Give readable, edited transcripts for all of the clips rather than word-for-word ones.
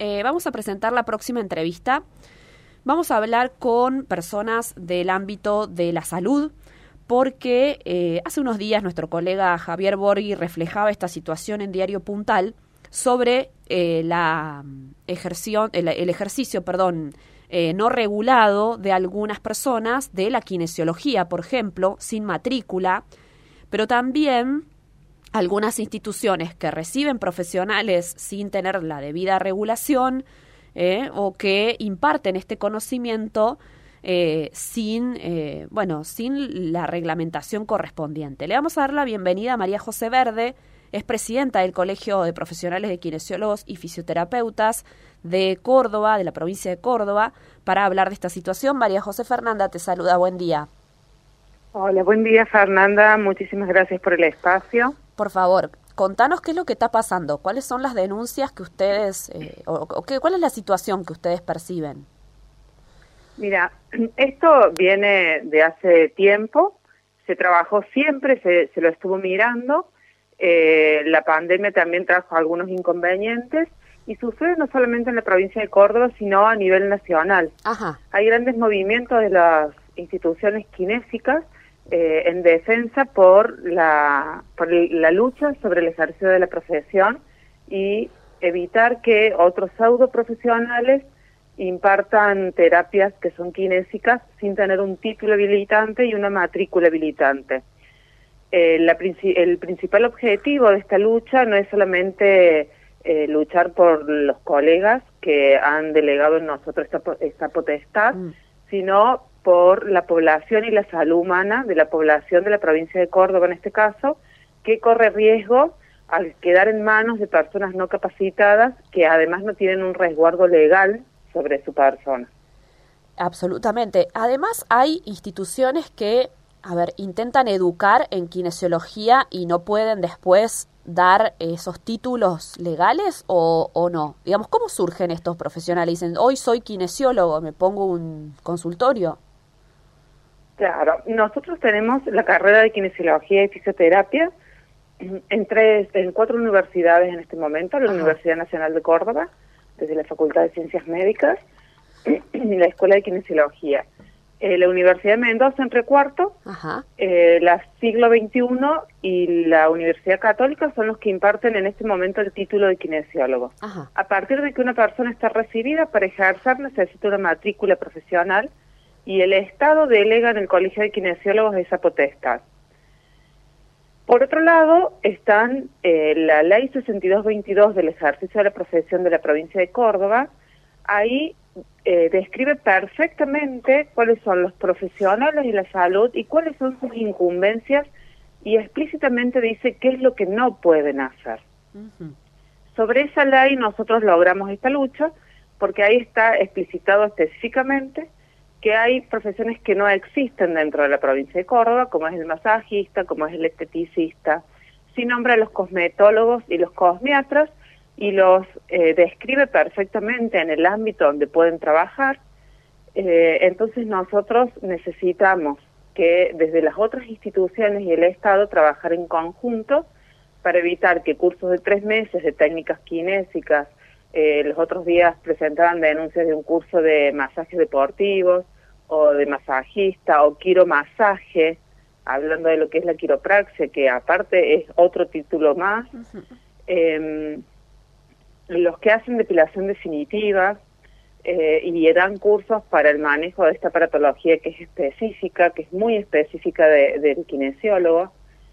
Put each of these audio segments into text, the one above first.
vamos a presentar la próxima entrevista. Vamos a hablar con personas del ámbito de la salud, porque hace unos días nuestro colega Javier Borghi reflejaba esta situación en Diario Puntal sobre el ejercicio no regulado de algunas personas de la kinesiología, por ejemplo, sin matrícula, pero también algunas instituciones que reciben profesionales sin tener la debida regulación o que imparten este conocimiento sin la reglamentación correspondiente. Le vamos a dar la bienvenida a María José Verde, es presidenta del Colegio de Profesionales de Kinesiólogos y Fisioterapeutas de Córdoba, de la provincia de Córdoba, para hablar de esta situación. María José Fernanda te saluda, buen día. Hola, buen día Fernanda, muchísimas gracias por el espacio. Por favor, contanos qué es lo que está pasando, cuáles son las denuncias que ustedes, cuál es la situación que ustedes perciben. Mira, esto viene de hace tiempo, se trabajó siempre, se lo estuvo mirando, la pandemia también trajo algunos inconvenientes y sucede no solamente en la provincia de Córdoba, sino a nivel nacional. Ajá. Hay grandes movimientos de las instituciones kinésicas en defensa por la lucha sobre el ejercicio de la profesión y evitar que otros pseudo profesionales impartan terapias que son kinésicas sin tener un título habilitante y una matrícula habilitante. El principal objetivo de esta lucha no es solamente luchar por los colegas que han delegado en nosotros esta potestad, sino por la población y la salud humana de la población de la provincia de Córdoba, en este caso, que corre riesgo al quedar en manos de personas no capacitadas que además no tienen un resguardo legal sobre su persona. Absolutamente. Además, hay instituciones que, intentan educar en kinesiología y no pueden después dar esos títulos legales o no. Digamos, ¿cómo surgen estos profesionales? Dicen, hoy soy kinesiólogo, me pongo un consultorio. Claro, nosotros tenemos la carrera de kinesiología y fisioterapia en 4 universidades en este momento, la Universidad Nacional de Córdoba, desde la Facultad de Ciencias Médicas, y la Escuela de Kinesiología. La Universidad de Mendoza en Recuarto, la Siglo XXI y la Universidad Católica son los que imparten en este momento el título de kinesiólogo. A partir de que una persona está recibida, para ejercer necesita una matrícula profesional y el Estado delega en el Colegio de Kinesiólogos esa potestad. Por otro lado, están la Ley 6222 del ejercicio de la profesión de la provincia de Córdoba. Ahí describe perfectamente cuáles son los profesionales de la salud y cuáles son sus incumbencias y explícitamente dice qué es lo que no pueden hacer. Sobre esa ley nosotros logramos esta lucha porque ahí está explicitado específicamente que hay profesiones que no existen dentro de la provincia de Córdoba, como es el masajista, como es el esteticista. Sí nombra a los cosmetólogos y los cosmiatras y los describe perfectamente en el ámbito donde pueden trabajar. Entonces nosotros necesitamos que desde las otras instituciones y el Estado trabajar en conjunto para evitar que cursos de 3 meses de técnicas kinésicas, los otros días presentaban denuncias de un curso de masajes deportivos o de masajista o quiromasaje, hablando de lo que es la quiropraxia, que aparte es otro título más. Los que hacen depilación definitiva y dan cursos para el manejo de esta aparatología que es específica, que es muy específica del kinesiólogo.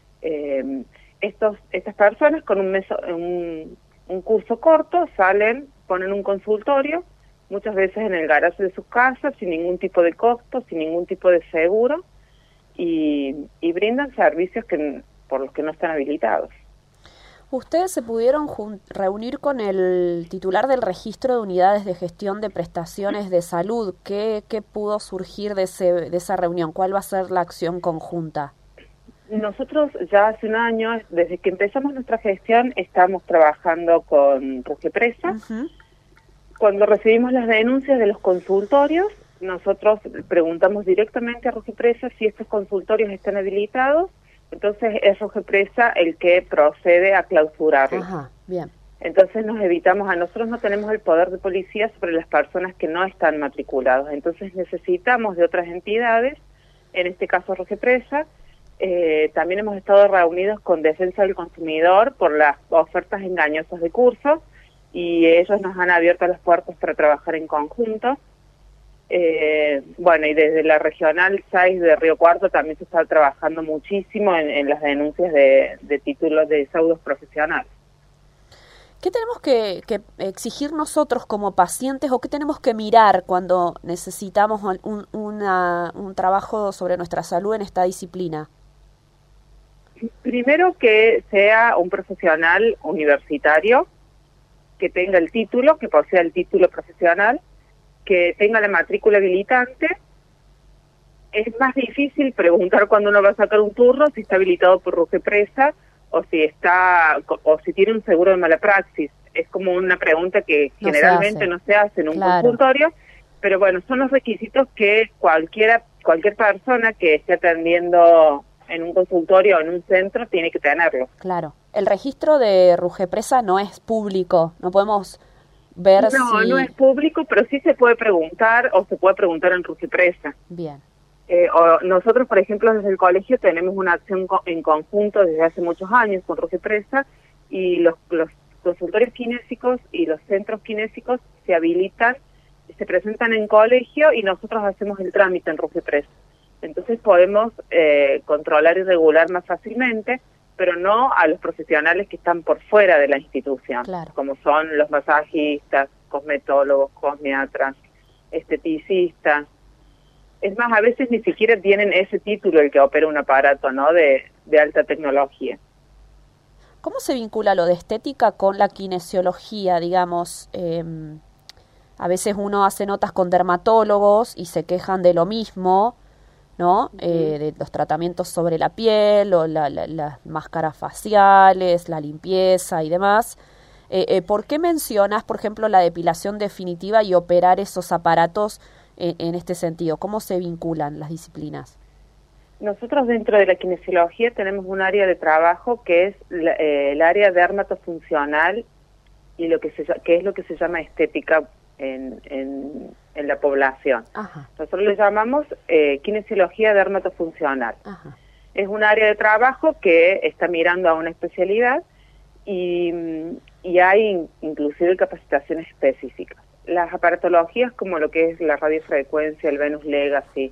Estas personas con un curso corto salen, ponen un consultorio, muchas veces en el garaje de sus casas, sin ningún tipo de costo, sin ningún tipo de seguro, y brindan servicios por los que no están habilitados. ¿Ustedes se pudieron reunir con el titular del registro de unidades de gestión de prestaciones de salud? ¿Qué pudo surgir de esa reunión? ¿Cuál va a ser la acción conjunta? Nosotros ya hace un año, desde que empezamos nuestra gestión, estamos trabajando con Rugepresa. Cuando recibimos las denuncias de los consultorios, nosotros preguntamos directamente a Rugepresa si estos consultorios están habilitados. Entonces es Rugepresa el que procede a clausurarlos. Bien. Entonces nosotros no tenemos el poder de policía sobre las personas que no están matriculados, entonces necesitamos de otras entidades, en este caso Rogepresa. También hemos estado reunidos con Defensa del Consumidor por las ofertas engañosas de cursos y ellos nos han abierto las puertas para trabajar en conjunto. Bueno, y desde la Regional 6 de Río Cuarto también se está trabajando muchísimo en las denuncias de títulos de saudos profesionales. ¿Qué tenemos que exigir nosotros como pacientes o qué tenemos que mirar cuando necesitamos un trabajo sobre nuestra salud en esta disciplina? Primero, que sea un profesional universitario, que tenga el título, que posea el título profesional, que tenga la matrícula habilitante. Es más difícil preguntar cuando uno va a sacar un turno si está habilitado por Rogepresa o si tiene un seguro de mala praxis. Es como una pregunta que generalmente no se hace en un consultorio, pero bueno, son los requisitos que cualquier persona que esté atendiendo en un consultorio o en un centro tiene que tenerlo. Claro. El registro de Rogepresa no es público, no podemos ver No es público, pero sí se puede preguntar o se puede preguntar en Rogepresa. Bien. Nosotros, por ejemplo, desde el colegio tenemos una acción en conjunto desde hace muchos años con Rogepresa y los consultorios kinésicos y los centros kinésicos se habilitan, se presentan en colegio y nosotros hacemos el trámite en Rogepresa. Entonces podemos controlar y regular más fácilmente, pero no a los profesionales que están por fuera de la institución, como son los masajistas, cosmetólogos, cosmiatras, esteticistas. Es más, a veces ni siquiera tienen ese título el que opera un aparato, ¿no?, de alta tecnología. ¿Cómo se vincula lo de estética con la kinesiología, digamos? A veces uno hace notas con dermatólogos y se quejan de lo mismo, ¿no? De los tratamientos sobre la piel o las máscaras faciales, la limpieza y demás. ¿Por qué mencionas, por ejemplo, la depilación definitiva y operar esos aparatos en este sentido? ¿Cómo se vinculan las disciplinas? Nosotros dentro de la kinesiología tenemos un área de trabajo que es el área dermatofuncional y que es lo que se llama estética en la población. Ajá. Nosotros le llamamos kinesiología dermatofuncional. Ajá. Es un área de trabajo que está mirando a una especialidad y hay inclusive capacitaciones específicas. Las aparatologías como lo que es la radiofrecuencia, el Venus Legacy,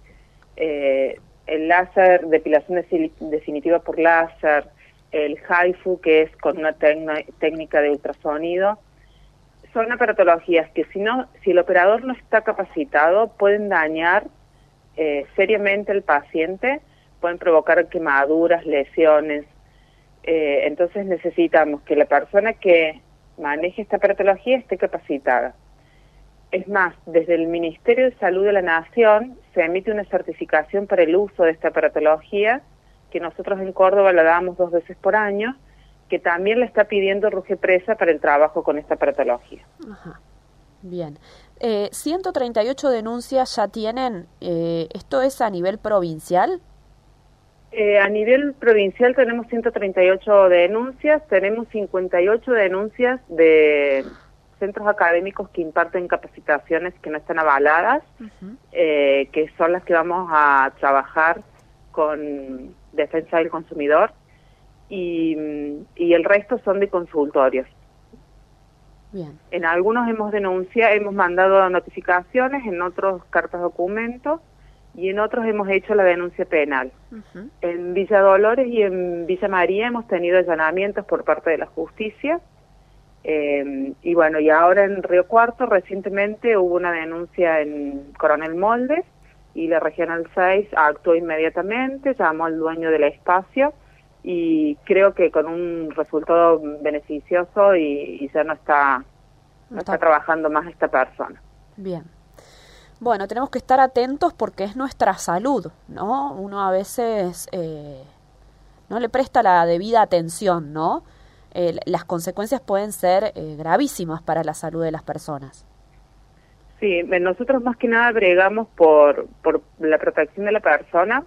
el láser, depilación definitiva por láser, el HIFU, que es con una técnica de ultrasonido, son aparatologías que si el operador no está capacitado pueden dañar seriamente al paciente, pueden provocar quemaduras, lesiones. Entonces necesitamos que la persona que maneje esta aparatología esté capacitada. Es más, desde el Ministerio de Salud de la Nación se emite una certificación para el uso de esta aparatología, que nosotros en Córdoba la damos 2 veces por año, que también la está pidiendo Rogepresa para el trabajo con esta aparatología. Ajá. Bien. 138 denuncias ya tienen. ¿Esto es a nivel provincial? A nivel provincial tenemos 138 denuncias, tenemos 58 denuncias de centros académicos que imparten capacitaciones que no están avaladas, que son las que vamos a trabajar con Defensa del Consumidor, y el resto son de consultorios. Bien. En algunos hemos mandado notificaciones, en otros cartas documentos, y en otros hemos hecho la denuncia penal. En Villa Dolores y en Villa María hemos tenido allanamientos por parte de la justicia. Y bueno, y ahora en Río Cuarto recientemente hubo una denuncia en Coronel Moldes y la Regional 6 actuó inmediatamente, llamó al dueño del espacio y creo que con un resultado beneficioso y ya no está trabajando más esta persona. Bien. Bueno, tenemos que estar atentos porque es nuestra salud, ¿no? Uno a veces no le presta la debida atención, ¿no? Las consecuencias pueden ser gravísimas para la salud de las personas. Sí, nosotros más que nada bregamos por la protección de la persona,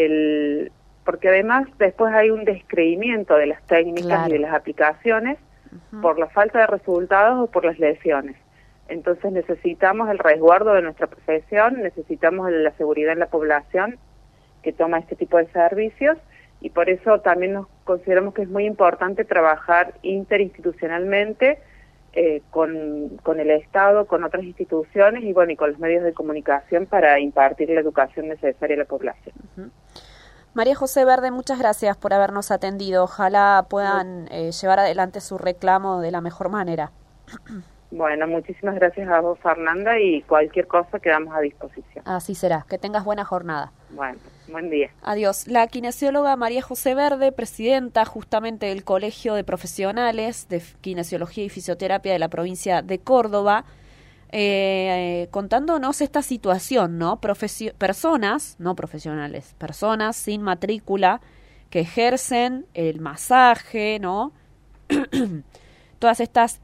porque además después hay un descreimiento de las técnicas y de las aplicaciones, por la falta de resultados o por las lesiones. Entonces necesitamos el resguardo de nuestra profesión, necesitamos la seguridad en la población que toma este tipo de servicios, y por eso también nos consideramos que es muy importante trabajar interinstitucionalmente con el Estado, con otras instituciones y bueno, y con los medios de comunicación para impartir la educación necesaria a la población. María José Verde, muchas gracias por habernos atendido. Ojalá puedan llevar adelante su reclamo de la mejor manera. Bueno, muchísimas gracias a vos, Fernanda, y cualquier cosa quedamos a disposición. Así será. Que tengas buena jornada. Bueno, buen día. Adiós. La kinesióloga María José Verde, presidenta justamente del Colegio de Profesionales de Kinesiología y Fisioterapia de la provincia de Córdoba, contándonos esta situación, ¿no? Personas, no profesionales, personas sin matrícula que ejercen el masaje, ¿no? Todas estas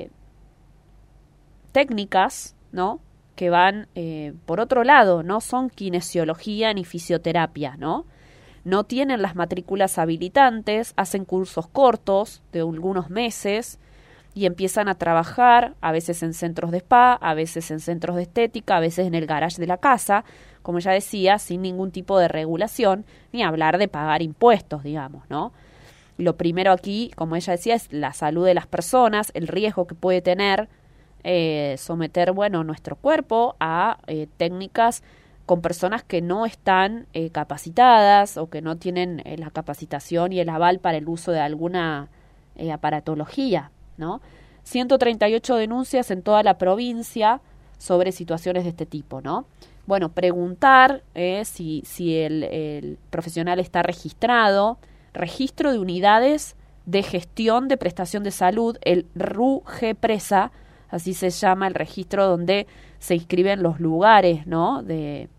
técnicas, ¿no? Que van por otro lado, no son kinesiología ni fisioterapia, ¿no? No tienen las matrículas habilitantes, hacen cursos cortos de algunos meses y empiezan a trabajar, a veces en centros de spa, a veces en centros de estética, a veces en el garage de la casa, como ya decía, sin ningún tipo de regulación, ni hablar de pagar impuestos, digamos, ¿no? Lo primero aquí, como ella decía, es la salud de las personas, el riesgo que puede tener someter, bueno, nuestro cuerpo a técnicas con personas que no están capacitadas o que no tienen la capacitación y el aval para el uso de alguna aparatología, ¿no? 138 denuncias en toda la provincia sobre situaciones de este tipo, ¿no? Bueno, preguntar si el profesional está registrado, registro de unidades de gestión de prestación de salud, el RUGEPRESA, así se llama el registro donde se inscriben los lugares, ¿no? de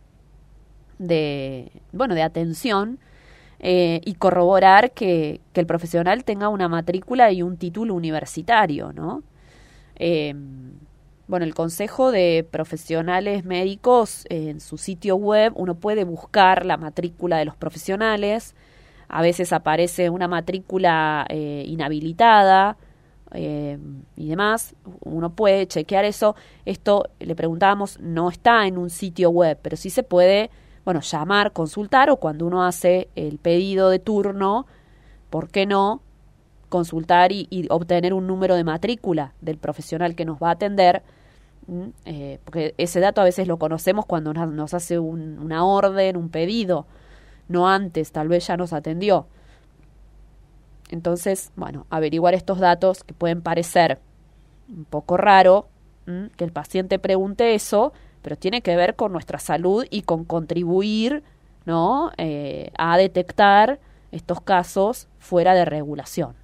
atención, y corroborar que el profesional tenga una matrícula y un título universitario, ¿no? Bueno, el Consejo de Profesionales Médicos, en su sitio web, uno puede buscar la matrícula de los profesionales. A veces aparece una matrícula inhabilitada, y demás, uno puede chequear eso. Esto, le preguntábamos, no está en un sitio web, pero sí se puede, bueno, llamar, consultar, o cuando uno hace el pedido de turno, ¿por qué no consultar y obtener un número de matrícula del profesional que nos va a atender? Porque ese dato a veces lo conocemos cuando nos hace una orden, un pedido, no antes, tal vez ya nos atendió. Entonces, bueno, averiguar estos datos que pueden parecer un poco raro, que el paciente pregunte eso, pero tiene que ver con nuestra salud y con contribuir, ¿no? A detectar estos casos fuera de regulación.